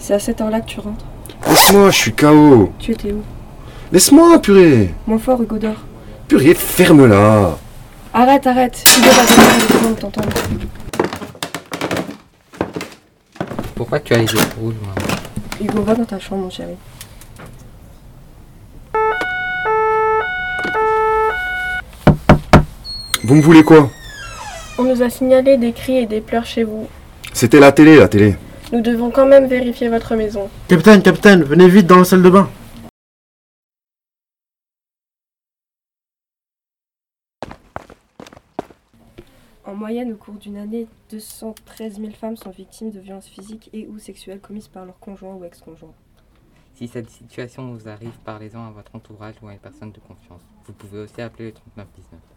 C'est à cette heure-là que tu rentres. Laisse-moi, je suis KO. Tu étais où? Laisse-moi, purée. Moins fort, Hugo d'or. Purée, ferme-la. Arrête. Hugo va venir devant t'entendre. Pourquoi tu as les yeux rouges, maman? Hugo, va dans ta chambre, mon chéri. Vous me voulez quoi? On nous a signalé des cris et des pleurs chez vous. C'était la télé. Nous devons quand même vérifier votre maison. Capitaine, venez vite dans la salle de bain. En moyenne, au cours d'une année, 213 000 femmes sont victimes de violences physiques et ou sexuelles commises par leur conjoint ou ex-conjoint. Si cette situation vous arrive, parlez-en à votre entourage ou à une personne de confiance. Vous pouvez aussi appeler le 3919.